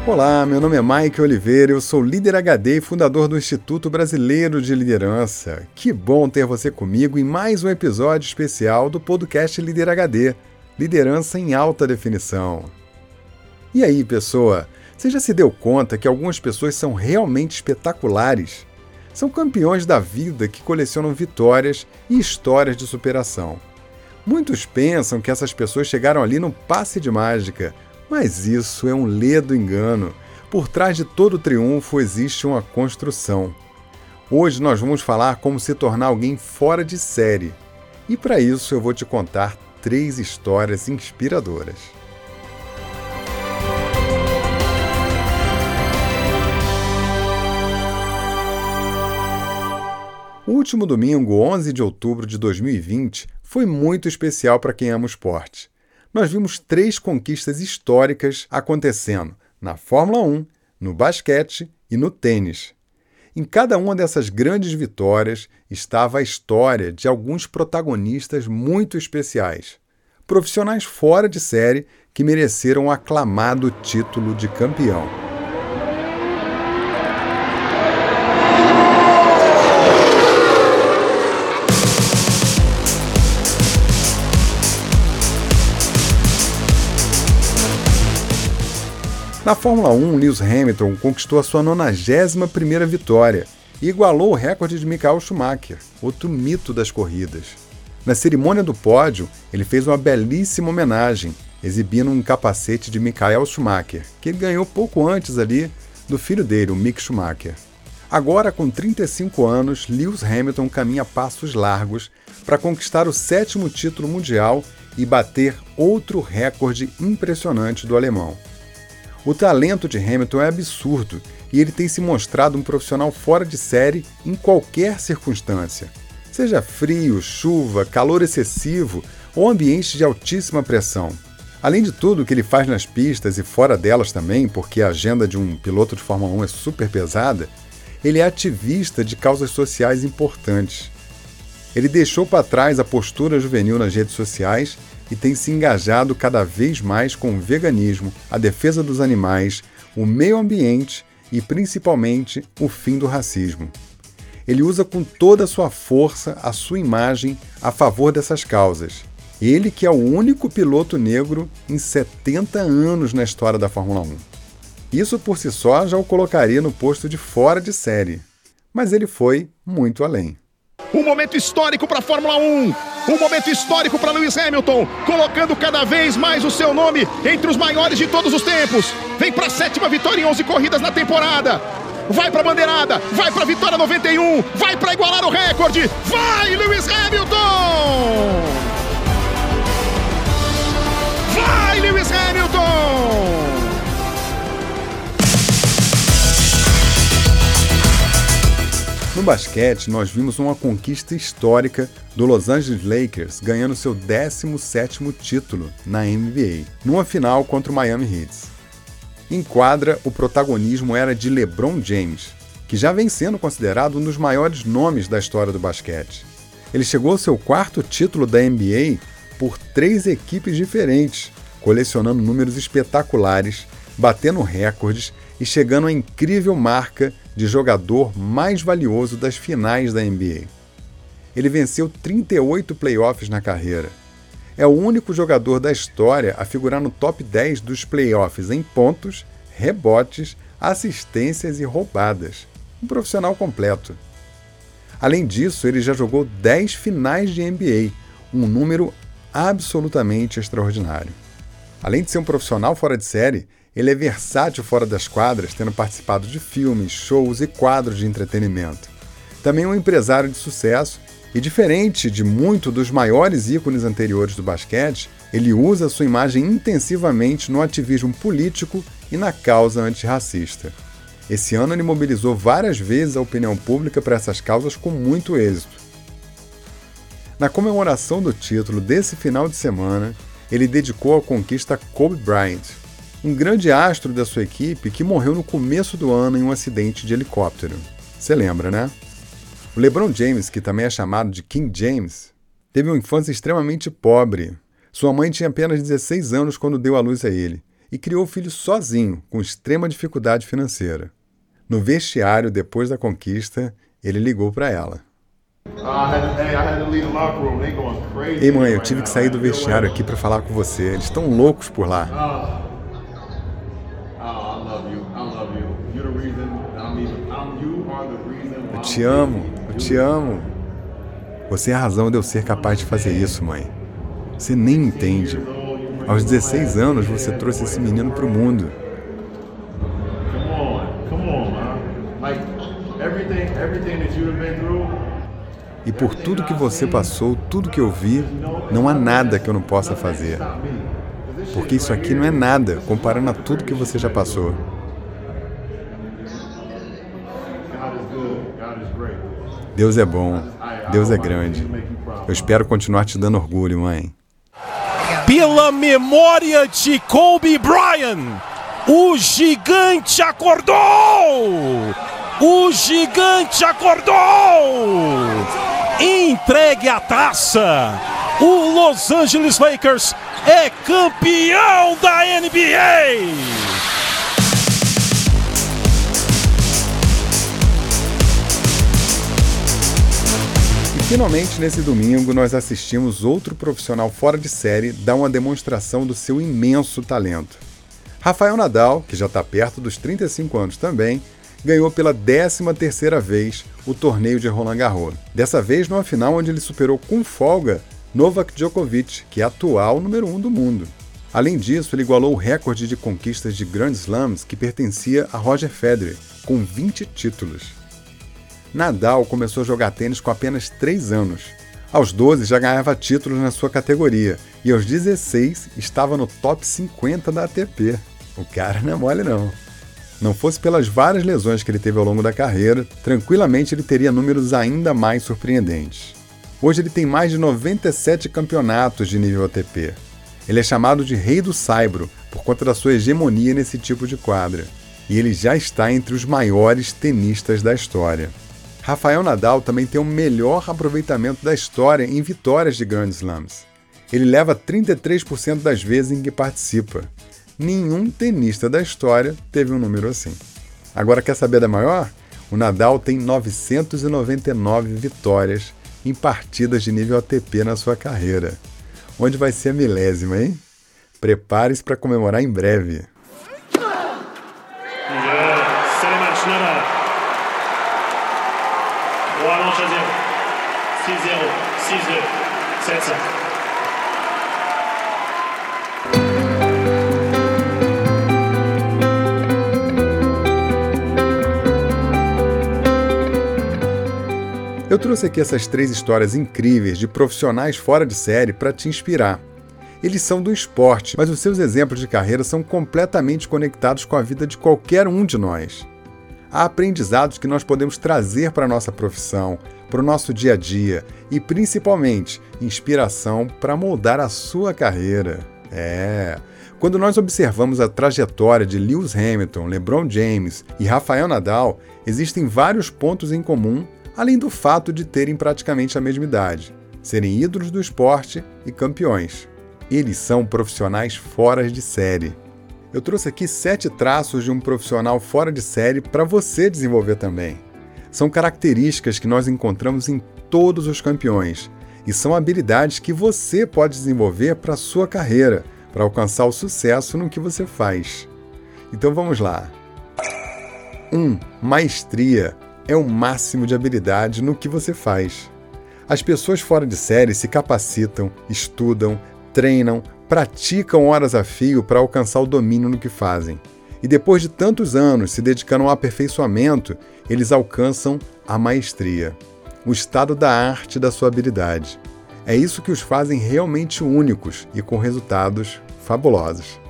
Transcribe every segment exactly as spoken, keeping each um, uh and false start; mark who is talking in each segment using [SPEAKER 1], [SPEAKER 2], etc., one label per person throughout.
[SPEAKER 1] Olá, meu nome é Mike Oliveira, eu sou líder H D e fundador do Instituto Brasileiro de Liderança. Que bom ter você comigo em mais um episódio especial do podcast Líder H D, Liderança em Alta Definição. E aí, pessoa, você já se deu conta que algumas pessoas são realmente espetaculares? São campeões da vida que colecionam vitórias e histórias de superação. Muitos pensam que essas pessoas chegaram ali num passe de mágica, mas isso é um ledo engano. Por trás de todo triunfo existe uma construção. Hoje nós vamos falar como se tornar alguém fora de série. E para isso eu vou te contar três histórias inspiradoras. O último domingo, onze de outubro de dois mil e vinte, foi muito especial para quem ama o esporte. Nós vimos três conquistas históricas acontecendo na Fórmula um, no basquete e no tênis. Em cada uma dessas grandes vitórias estava a história de alguns protagonistas muito especiais, profissionais fora de série que mereceram o aclamado título de campeão. Na Fórmula um, Lewis Hamilton conquistou a sua nonagésima primeira vitória e igualou o recorde de Michael Schumacher, outro mito das corridas. Na cerimônia do pódio, ele fez uma belíssima homenagem, exibindo um capacete de Michael Schumacher, que ele ganhou pouco antes ali do filho dele, o Mick Schumacher. Agora, com trinta e cinco anos, Lewis Hamilton caminha a passos largos para conquistar o sétimo título mundial e bater outro recorde impressionante do alemão. O talento de Hamilton é absurdo e ele tem se mostrado um profissional fora de série em qualquer circunstância. Seja frio, chuva, calor excessivo ou ambiente de altíssima pressão. Além de tudo o que ele faz nas pistas e fora delas também, porque a agenda de um piloto de Fórmula um é super pesada, ele é ativista de causas sociais importantes. Ele deixou para trás a postura juvenil nas redes sociais e tem se engajado cada vez mais com o veganismo, a defesa dos animais, o meio ambiente e, principalmente, o fim do racismo. Ele usa com toda a sua força a sua imagem a favor dessas causas. Ele que é o único piloto negro em setenta anos na história da Fórmula um. Isso por si só já o colocaria no posto de fora de série. Mas ele foi muito além.
[SPEAKER 2] Um momento histórico para a Fórmula um, um momento histórico para Lewis Hamilton, colocando cada vez mais o seu nome entre os maiores de todos os tempos. Vem para a sétima vitória em onze corridas na temporada. Vai para a bandeirada, vai para a vitória noventa e um, vai para igualar o recorde. Vai, Lewis Hamilton! Vai, Lewis Hamilton!
[SPEAKER 1] No basquete, nós vimos uma conquista histórica do Los Angeles Lakers ganhando seu décimo sétimo título na N B A, numa final contra o Miami Heat. Em quadra, o protagonismo era de LeBron James, que já vem sendo considerado um dos maiores nomes da história do basquete. Ele chegou ao seu quarto título da N B A por três equipes diferentes, colecionando números espetaculares, batendo recordes e chegando à incrível marca de jogador mais valioso das finais da N B A. Ele venceu trinta e oito playoffs na carreira. É o único jogador da história a figurar no top dez dos playoffs em pontos, rebotes, assistências e roubadas. Um profissional completo. Além disso, ele já jogou dez finais de N B A, um número absolutamente extraordinário. Além de ser um profissional fora de série, ele é versátil fora das quadras, tendo participado de filmes, shows e quadros de entretenimento. Também é um empresário de sucesso e, diferente de muitos dos maiores ícones anteriores do basquete, ele usa sua imagem intensivamente no ativismo político e na causa antirracista. Esse ano ele mobilizou várias vezes a opinião pública para essas causas com muito êxito. Na comemoração do título desse final de semana, ele dedicou a conquista a Kobe Bryant, um grande astro da sua equipe que morreu no começo do ano em um acidente de helicóptero. Você lembra, né? O LeBron James, que também é chamado de King James, teve uma infância extremamente pobre. Sua mãe tinha apenas dezesseis anos quando deu à luz a ele, e criou o filho sozinho, com extrema dificuldade financeira. No vestiário, depois da conquista, ele ligou para ela. Ei, mãe, eu tive que sair do vestiário aqui para falar com você. Eles estão loucos por lá. Eu te amo, eu te amo. Você é a razão de eu ser capaz de fazer isso, mãe. Você nem entende. Aos dezesseis anos, você trouxe esse menino para o mundo. E por tudo que você passou, tudo que eu vi, não há nada que eu não possa fazer. Porque isso aqui não é nada, comparando a tudo que você já passou. Deus é bom, Deus é grande. Eu espero continuar te dando orgulho, mãe.
[SPEAKER 3] Pela memória de Kobe Bryant, o gigante acordou! O gigante acordou! Entregue a taça! O Los Angeles Lakers é campeão da N B A!
[SPEAKER 1] Finalmente, nesse domingo, nós assistimos outro profissional fora de série dar uma demonstração do seu imenso talento. Rafael Nadal, que já está perto dos trinta e cinco anos também, ganhou pela décima terceira vez o torneio de Roland Garros. Dessa vez numa final onde ele superou com folga Novak Djokovic, que é atual número um do mundo. Além disso, ele igualou o recorde de conquistas de Grand Slams que pertencia a Roger Federer, com vinte títulos. Nadal começou a jogar tênis com apenas três anos. Aos doze já ganhava títulos na sua categoria e aos dezesseis estava no top cinquenta da A T P. O cara não é mole não. Não fosse pelas várias lesões que ele teve ao longo da carreira, tranquilamente ele teria números ainda mais surpreendentes. Hoje ele tem mais de noventa e sete campeonatos de nível A T P. Ele é chamado de Rei do Saibro por conta da sua hegemonia nesse tipo de quadra. E ele já está entre os maiores tenistas da história. Rafael Nadal também tem o melhor aproveitamento da história em vitórias de Grand Slams. Ele leva trinta e três por cento das vezes em que participa. Nenhum tenista da história teve um número assim. Agora, quer saber da maior? O Nadal tem novecentas e noventa e nove vitórias em partidas de nível A T P na sua carreira. Onde vai ser a milésima, hein? Prepare-se para comemorar em breve. Eu trouxe aqui essas três histórias incríveis de profissionais fora de série para te inspirar. Eles são do esporte, mas os seus exemplos de carreira são completamente conectados com a vida de qualquer um de nós. Há aprendizados que nós podemos trazer para a nossa profissão, para o nosso dia a dia e, principalmente, inspiração para moldar a sua carreira. É... Quando nós observamos a trajetória de Lewis Hamilton, LeBron James e Rafael Nadal, existem vários pontos em comum, além do fato de terem praticamente a mesma idade, serem ídolos do esporte e campeões. Eles são profissionais fora de série. Eu trouxe aqui sete traços de um profissional fora de série para você desenvolver também. São características que nós encontramos em todos os campeões e são habilidades que você pode desenvolver para a sua carreira, para alcançar o sucesso no que você faz. Então vamos lá. um. Maestria é o máximo de habilidade no que você faz. As pessoas fora de série se capacitam, estudam, treinam, praticam horas a fio para alcançar o domínio no que fazem. E depois de tantos anos se dedicando ao aperfeiçoamento, eles alcançam a maestria, o estado da arte da sua habilidade. É isso que os fazem realmente únicos e com resultados fabulosos.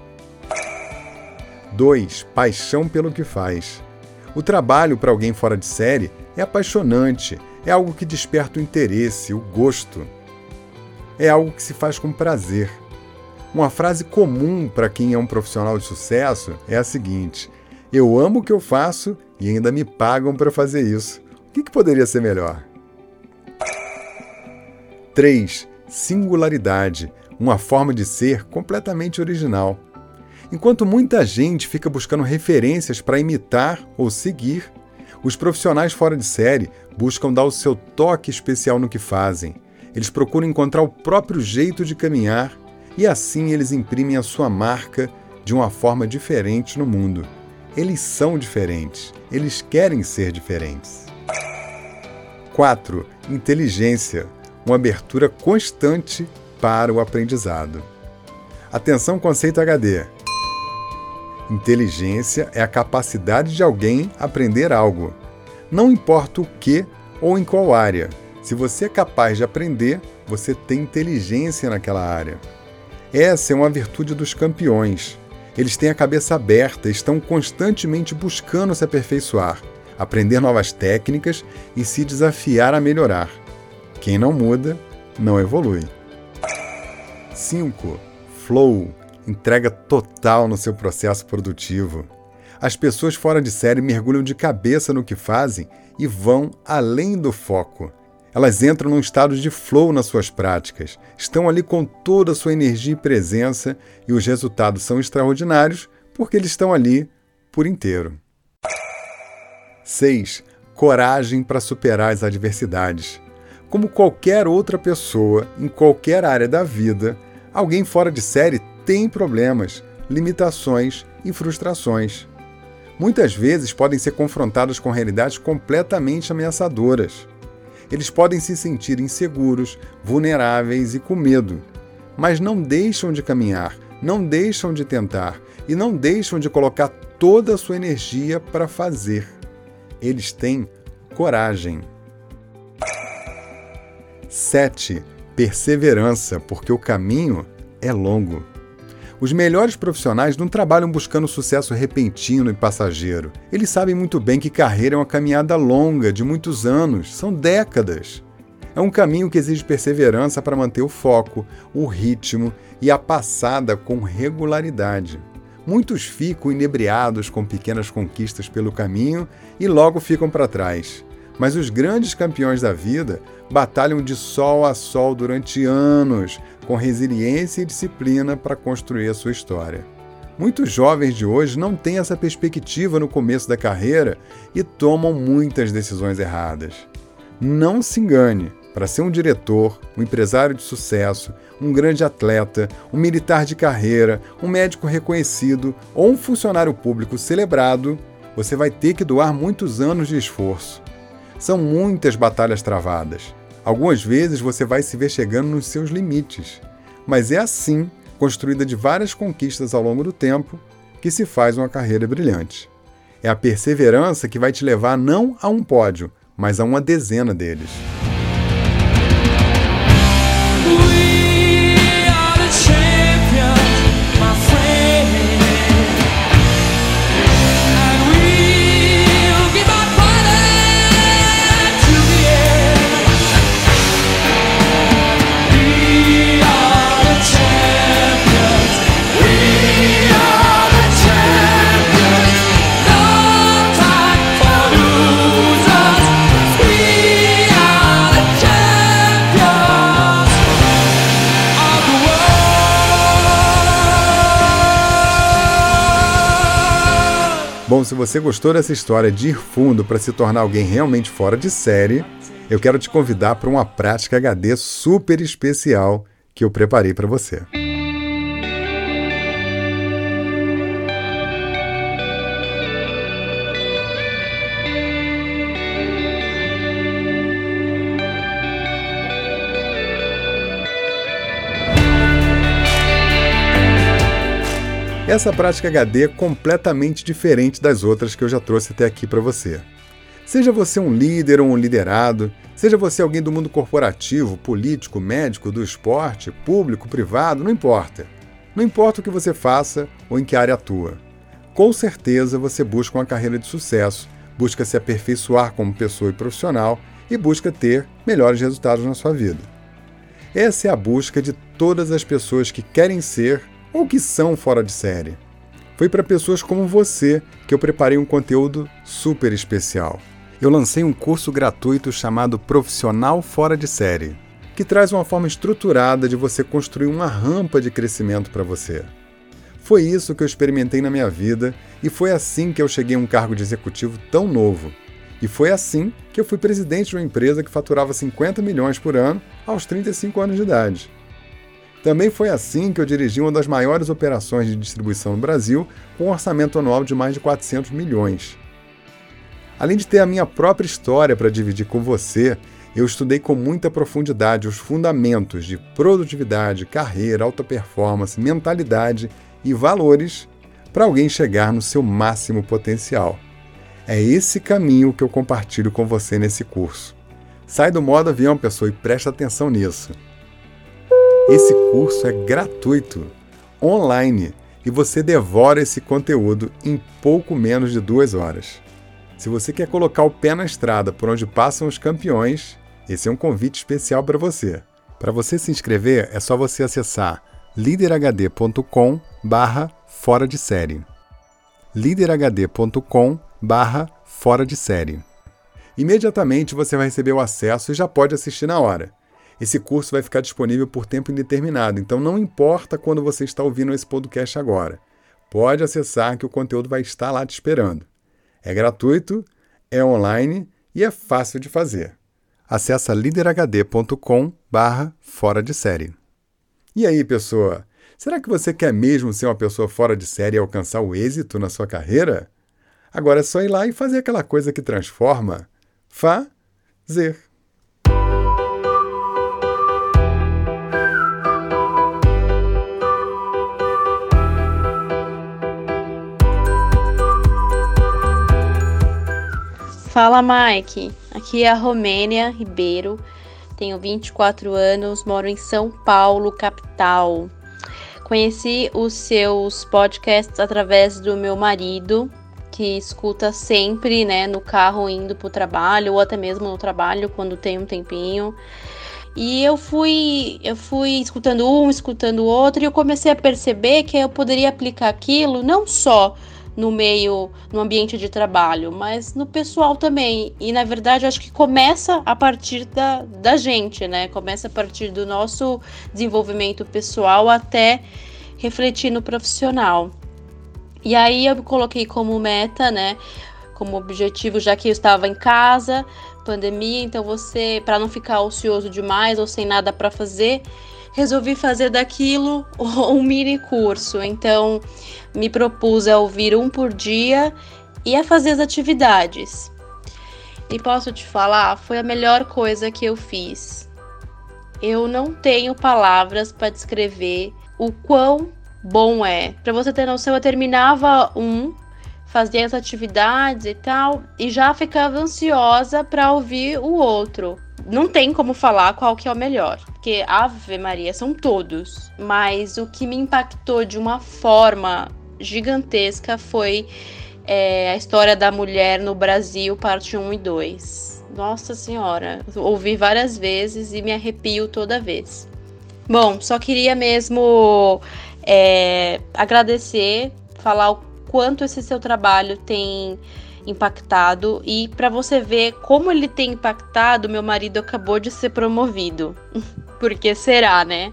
[SPEAKER 1] dois. Paixão pelo que faz. O trabalho para alguém fora de série é apaixonante, é algo que desperta o interesse, o gosto. É algo que se faz com prazer. Uma frase comum para quem é um profissional de sucesso é a seguinte: eu amo o que eu faço e ainda me pagam para fazer isso. O que, que poderia ser melhor? três. Singularidade, uma forma de ser completamente original. Enquanto muita gente fica buscando referências para imitar ou seguir, os profissionais fora de série buscam dar o seu toque especial no que fazem. Eles procuram encontrar o próprio jeito de caminhar e assim eles imprimem a sua marca de uma forma diferente no mundo. Eles são diferentes. Eles querem ser diferentes. quatro. Inteligência. Uma abertura constante para o aprendizado. Atenção, conceito H D. Inteligência é a capacidade de alguém aprender algo. Não importa o que ou em qual área. Se você é capaz de aprender, você tem inteligência naquela área. Essa é uma virtude dos campeões. Eles têm a cabeça aberta e estão constantemente buscando se aperfeiçoar, aprender novas técnicas e se desafiar a melhorar. Quem não muda, não evolui. cinco. Flow. Entrega total no seu processo produtivo. As pessoas fora de série mergulham de cabeça no que fazem e vão além do foco. Elas entram num estado de flow nas suas práticas, estão ali com toda a sua energia e presença e os resultados são extraordinários porque eles estão ali por inteiro. seis. Coragem para superar as adversidades. Como qualquer outra pessoa, em qualquer área da vida, alguém fora de série tem problemas, limitações e frustrações. Muitas vezes podem ser confrontados com realidades completamente ameaçadoras. Eles podem se sentir inseguros, vulneráveis e com medo, mas não deixam de caminhar, não deixam de tentar e não deixam de colocar toda a sua energia para fazer. Eles têm coragem. sete. Perseverança, porque o caminho é longo. Os melhores profissionais não trabalham buscando sucesso repentino e passageiro. Eles sabem muito bem que carreira é uma caminhada longa, de muitos anos, são décadas. É um caminho que exige perseverança para manter o foco, o ritmo e a passada com regularidade. Muitos ficam inebriados com pequenas conquistas pelo caminho e logo ficam para trás. Mas os grandes campeões da vida batalham de sol a sol durante anos, com resiliência e disciplina para construir a sua história. Muitos jovens de hoje não têm essa perspectiva no começo da carreira e tomam muitas decisões erradas. Não se engane, para ser um diretor, um empresário de sucesso, um grande atleta, um militar de carreira, um médico reconhecido ou um funcionário público celebrado, você vai ter que doar muitos anos de esforço. São muitas batalhas travadas. Algumas vezes você vai se ver chegando nos seus limites. Mas é assim, construída de várias conquistas ao longo do tempo, que se faz uma carreira brilhante. É a perseverança que vai te levar não a um pódio, mas a uma dezena deles. Bom, se você gostou dessa história de ir fundo para se tornar alguém realmente fora de série, eu quero te convidar para uma prática H D super especial que eu preparei para você. Essa prática H D é completamente diferente das outras que eu já trouxe até aqui para você. Seja você um líder ou um liderado, seja você alguém do mundo corporativo, político, médico, do esporte, público, privado, não importa. Não importa o que você faça ou em que área atua. Com certeza você busca uma carreira de sucesso, busca se aperfeiçoar como pessoa e profissional e busca ter melhores resultados na sua vida. Essa é a busca de todas as pessoas que querem ser ou que são fora de série. Foi para pessoas como você que eu preparei um conteúdo super especial. Eu lancei um curso gratuito chamado Profissional Fora de Série, que traz uma forma estruturada de você construir uma rampa de crescimento para você. Foi isso que eu experimentei na minha vida e foi assim que eu cheguei a um cargo de executivo tão novo. E foi assim que eu fui presidente de uma empresa que faturava cinquenta milhões por ano aos trinta e cinco anos de idade. Também foi assim que eu dirigi uma das maiores operações de distribuição no Brasil, com um orçamento anual de mais de quatrocentos milhões. Além de ter a minha própria história para dividir com você, eu estudei com muita profundidade os fundamentos de produtividade, carreira, alta performance, mentalidade e valores para alguém chegar no seu máximo potencial. É esse caminho que eu compartilho com você nesse curso. Sai do modo avião, pessoa, e presta atenção nisso. Esse curso é gratuito, online, e você devora esse conteúdo em pouco menos de duas horas. Se você quer colocar o pé na estrada por onde passam os campeões, esse é um convite especial para você. Para você se inscrever, é só você acessar liderhd.com barra fora de série. liderhd.com barra fora de série. Imediatamente você vai receber o acesso e já pode assistir na hora. Esse curso vai ficar disponível por tempo indeterminado, então não importa quando você está ouvindo esse podcast agora. Pode acessar que o conteúdo vai estar lá te esperando. É gratuito, é online e é fácil de fazer. Acesse liderhd.com barra fora de série. E aí, pessoa? Será que você quer mesmo ser uma pessoa fora de série e alcançar o êxito na sua carreira? Agora é só ir lá e fazer aquela coisa que transforma. Fazer.
[SPEAKER 4] Fala, Mike. Aqui é a Romênia Ribeiro, tenho vinte e quatro anos, moro em São Paulo, capital. Conheci os seus podcasts através do meu marido, que escuta sempre, né, no carro indo para o trabalho, ou até mesmo no trabalho, quando tem um tempinho. E eu fui, eu fui escutando um, escutando o outro, e eu comecei a perceber que eu poderia aplicar aquilo não só no meio, no ambiente de trabalho, mas no pessoal também. E, na verdade, eu acho que começa a partir da, da gente, né? Começa a partir do nosso desenvolvimento pessoal até refletir no profissional. E aí eu me coloquei como meta, né? Como objetivo, já que eu estava em casa, pandemia, então você, para não ficar ocioso demais ou sem nada para fazer, resolvi fazer daquilo um mini curso. Então, me propus a ouvir um por dia e a fazer as atividades. E posso te falar, foi a melhor coisa que eu fiz. Eu não tenho palavras para descrever o quão bom é. Para você ter noção, eu terminava um, fazia as atividades e tal, e já ficava ansiosa para ouvir o outro. Não tem como falar qual que é o melhor, porque Ave Maria, são todos. Mas o que me impactou de uma forma gigantesca foi é, a história da mulher no Brasil, parte um e dois. Nossa Senhora, ouvi várias vezes e me arrepio toda vez. Bom, só queria mesmo é, agradecer, falar o quanto esse seu trabalho tem impactado, e para você ver como ele tem impactado, meu marido acabou de ser promovido. Porque será, né?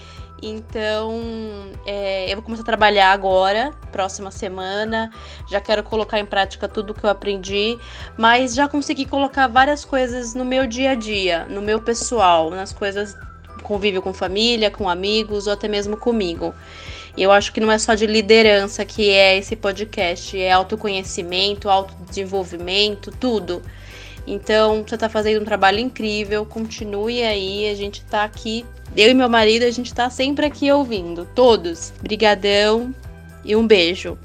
[SPEAKER 4] Então, é, eu vou começar a trabalhar agora, próxima semana. Já quero colocar em prática tudo que eu aprendi, mas já consegui colocar várias coisas no meu dia a dia, no meu pessoal, nas coisas, convívio com família, com amigos ou até mesmo comigo. E eu acho que não é só de liderança que é esse podcast, é autoconhecimento, autodesenvolvimento, tudo. Então, você tá fazendo um trabalho incrível, continue aí, a gente tá aqui, eu e meu marido, a gente tá sempre aqui ouvindo, todos. Brigadão e um beijo.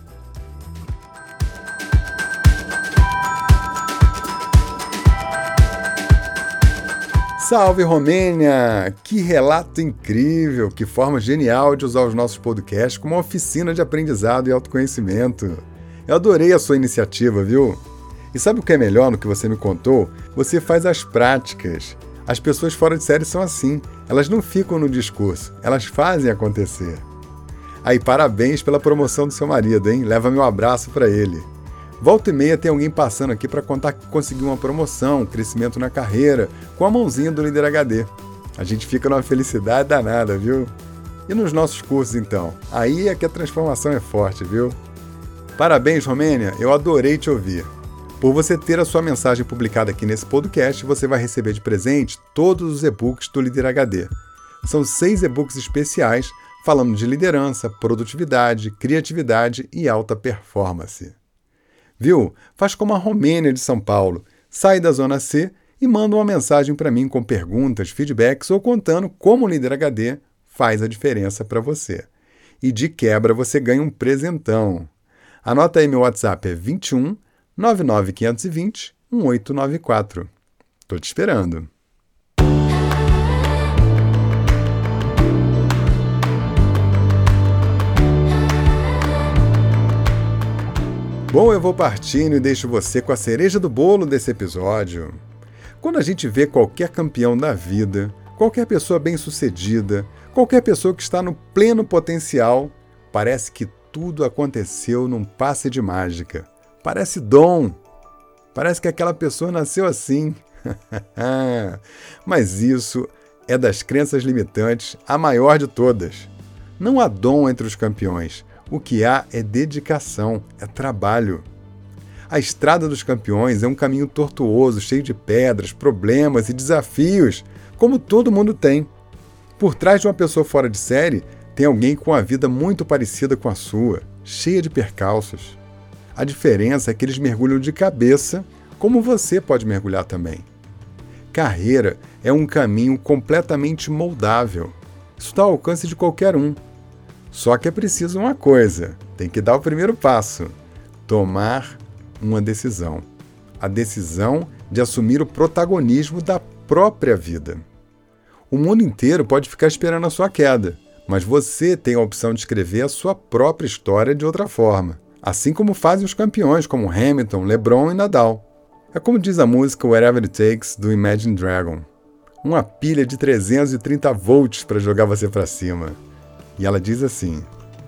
[SPEAKER 1] Salve, Romênia! Que relato incrível, que forma genial de usar os nossos podcasts como uma oficina de aprendizado e autoconhecimento. Eu adorei a sua iniciativa, viu? E sabe o que é melhor no que você me contou? Você faz as práticas. As pessoas fora de série são assim, elas não ficam no discurso, elas fazem acontecer. Aí, parabéns pela promoção do seu marido, hein? Leva meu abraço para ele. Volta e meia tem alguém passando aqui para contar que conseguiu uma promoção, um crescimento na carreira, com a mãozinha do Líder H D. A gente fica numa felicidade danada, viu? E nos nossos cursos, então? Aí é que a transformação é forte, viu? Parabéns, Romênia, eu adorei te ouvir. Por você ter a sua mensagem publicada aqui nesse podcast, você vai receber de presente todos os e-books do Líder H D. São seis e-books especiais falando de liderança, produtividade, criatividade e alta performance. Viu? Faz como a Romênia de São Paulo. Sai da Zona C e manda uma mensagem para mim com perguntas, feedbacks ou contando como o Líder H D faz a diferença para você. E de quebra você ganha um presentão. Anota aí, meu WhatsApp é vinte e um, nove nove quinhentos e vinte, um oito nove quatro. Tô te esperando. Bom, eu vou partindo e deixo você com a cereja do bolo desse episódio. Quando a gente vê qualquer campeão da vida, qualquer pessoa bem-sucedida, qualquer pessoa que está no pleno potencial, parece que tudo aconteceu num passe de mágica. Parece dom. Parece que aquela pessoa nasceu assim. Mas isso é das crenças limitantes a maior de todas. Não há dom entre os campeões. O que há é dedicação, é trabalho. A estrada dos campeões é um caminho tortuoso, cheio de pedras, problemas e desafios, como todo mundo tem. Por trás de uma pessoa fora de série, tem alguém com a vida muito parecida com a sua, cheia de percalços. A diferença é que eles mergulham de cabeça, como você pode mergulhar também. Carreira é um caminho completamente moldável. Isso está ao alcance de qualquer um. Só que é preciso uma coisa, tem que dar o primeiro passo, tomar uma decisão. A decisão de assumir o protagonismo da própria vida. O mundo inteiro pode ficar esperando a sua queda, mas você tem a opção de escrever a sua própria história de outra forma, assim como fazem os campeões como Hamilton, LeBron e Nadal. É como diz a música Whatever It Takes, do Imagine Dragon. Uma pilha de trezentos e trinta volts para jogar você para cima. E ela diz assim: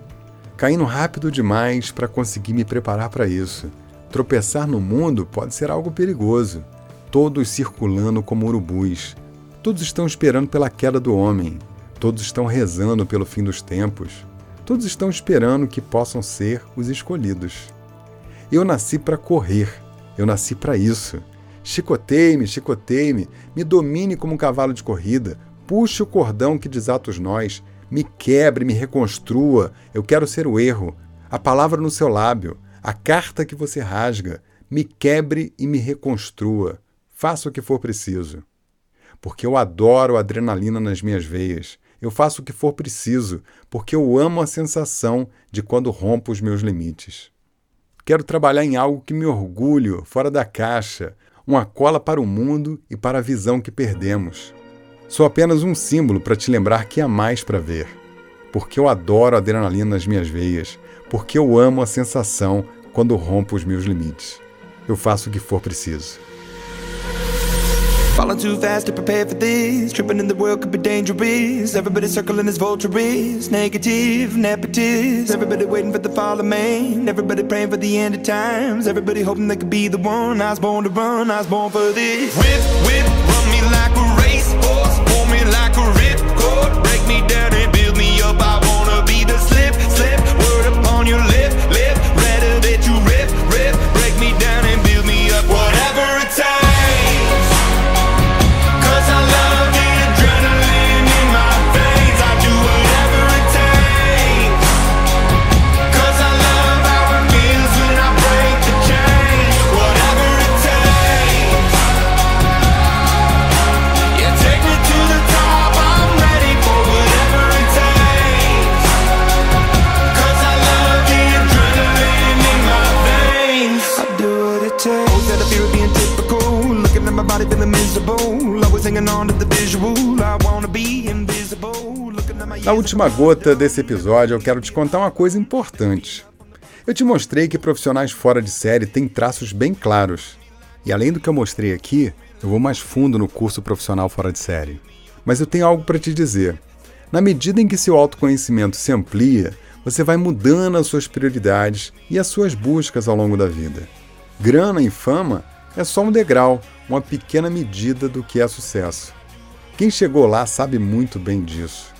[SPEAKER 1] caindo rápido demais para conseguir me preparar para isso. Tropeçar no mundo pode ser algo perigoso. Todos circulando como urubus. Todos estão esperando pela queda do homem. Todos estão rezando pelo fim dos tempos. Todos estão esperando que possam ser os escolhidos. Eu nasci para correr. Eu nasci para isso. Chicoteie-me, chicoteie-me. Me domine como um cavalo de corrida. Puxe o cordão que desata os nós. Me quebre, me reconstrua, eu quero ser o erro, a palavra no seu lábio, a carta que você rasga, me quebre e me reconstrua, faça o que for preciso. Porque eu adoro a adrenalina nas minhas veias, eu faço o que for preciso, porque eu amo a sensação de quando rompo os meus limites. Quero trabalhar em algo que me orgulho, fora da caixa, uma cola para o mundo e para a visão que perdemos. Sou apenas um símbolo para te lembrar que há mais para ver. Porque eu adoro a adrenalina nas minhas veias. Porque eu amo a sensação quando rompo os meus limites. Eu faço o que for preciso.
[SPEAKER 5] Falling too fast to prepare for this. Tripping in the world could be dangerous. Everybody circling as vultures. Negative, nepotist. Everybody waiting for the fall of man. Everybody praying for the end of times. Everybody hoping they could be the one. I was born to run, I was born for this. Whip, whip, run me like a racehorse. Pull me like a ripcord. Break me down and build me up. I wanna be the slip, slip. Word upon your lip, lip. Rather that you rip, rip. Break me down and build me up. Whatever it takes.
[SPEAKER 1] Na última gota desse episódio, eu quero te contar uma coisa importante. Eu te mostrei que profissionais fora de série têm traços bem claros. E além do que eu mostrei aqui, eu vou mais fundo no curso profissional fora de série. Mas eu tenho algo para te dizer. Na medida em que seu autoconhecimento se amplia, você vai mudando as suas prioridades e as suas buscas ao longo da vida. Grana e fama é só um degrau, uma pequena medida do que é sucesso. Quem chegou lá sabe muito bem disso.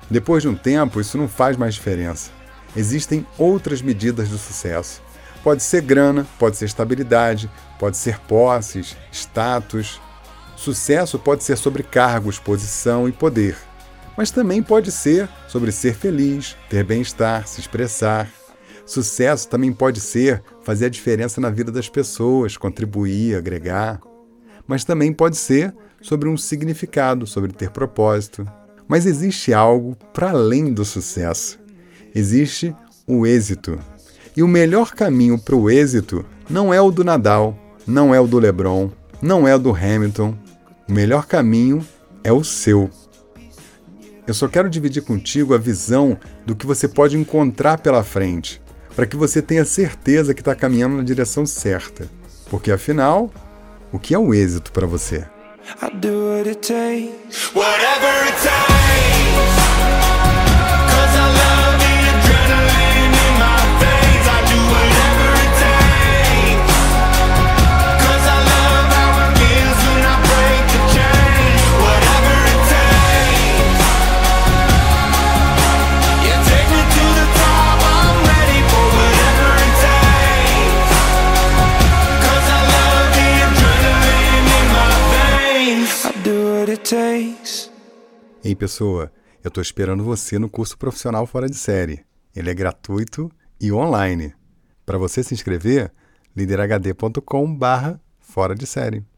[SPEAKER 1] Depois de um tempo, isso não faz mais diferença. Existem outras medidas do sucesso. Pode ser grana, pode ser estabilidade, pode ser posses, status. Sucesso pode ser sobre cargos, posição e poder. Mas também pode ser sobre ser feliz, ter bem-estar, se expressar. Sucesso também pode ser fazer a diferença na vida das pessoas, contribuir, agregar. Mas também pode ser sobre um significado, sobre ter propósito. Mas existe algo para além do sucesso. Existe o êxito. E o melhor caminho para o êxito não é o do Nadal, não é o do LeBron, não é o do Hamilton. O melhor caminho é o seu. Eu só quero dividir contigo a visão do que você pode encontrar pela frente, para que você tenha certeza que está caminhando na direção certa. Porque, afinal, o que é o êxito para você?
[SPEAKER 5] I do what it takes, whatever it takes. Cause I love the adrenaline in my veins. I do whatever it takes. Cause I love how it feels when I break the chain. Whatever it takes. Yeah, take me to the top. I'm ready for whatever it takes. Cause I love the adrenaline in my veins. I do what it takes.
[SPEAKER 1] Ei, pessoa, eu estou esperando você no curso profissional Fora de Série. Ele é gratuito e online. Para você se inscrever, líder h d ponto com barra fora de série.